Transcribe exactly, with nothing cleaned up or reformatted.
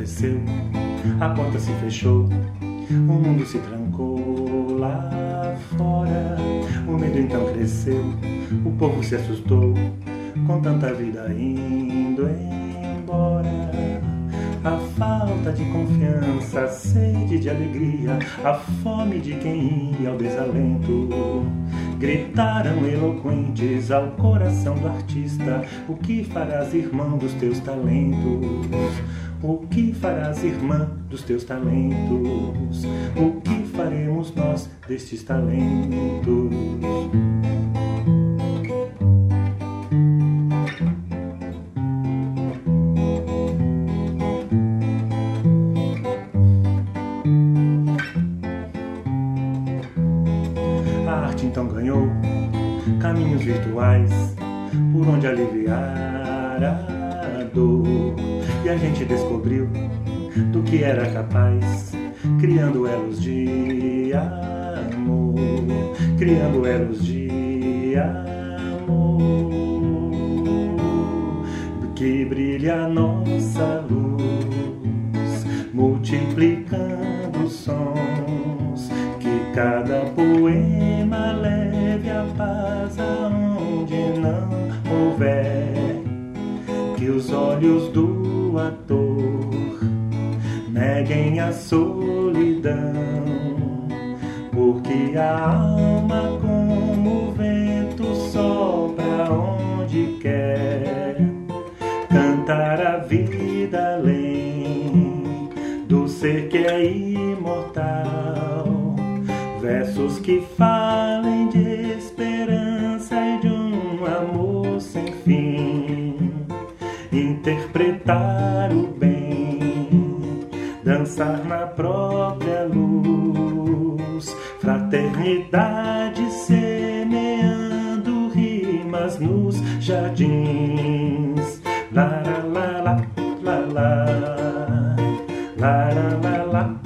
aconteceu, a porta se fechou, o mundo se trancou lá fora. O medo então cresceu, o povo se assustou, com tanta vida indo embora. A falta de confiança, a sede de alegria, a fome de quem ia ao desalento, gritaram eloquentes ao coração do artista: o que farás, irmão, dos teus talentos? O que farás, irmã, dos teus talentos? O que faremos nós destes talentos? A arte então ganhou caminhos virtuais por onde aliviar a dor, e a gente descobriu do que era capaz, criando elos de amor, criando elos de amor. Que brilha a nossa luz, multiplicando sons, que cada poema leve a paz aonde não houver, que os olhos do ator neguem a solidão, porque a alma como o vento sopra onde quer, cantar a vida além do ser que é imortal, versos que falem de esperança e de um amor sem fim, interpretar o bem, dançar na própria luz, fraternidade semeando rimas nos jardins. La la la la la la la la la la.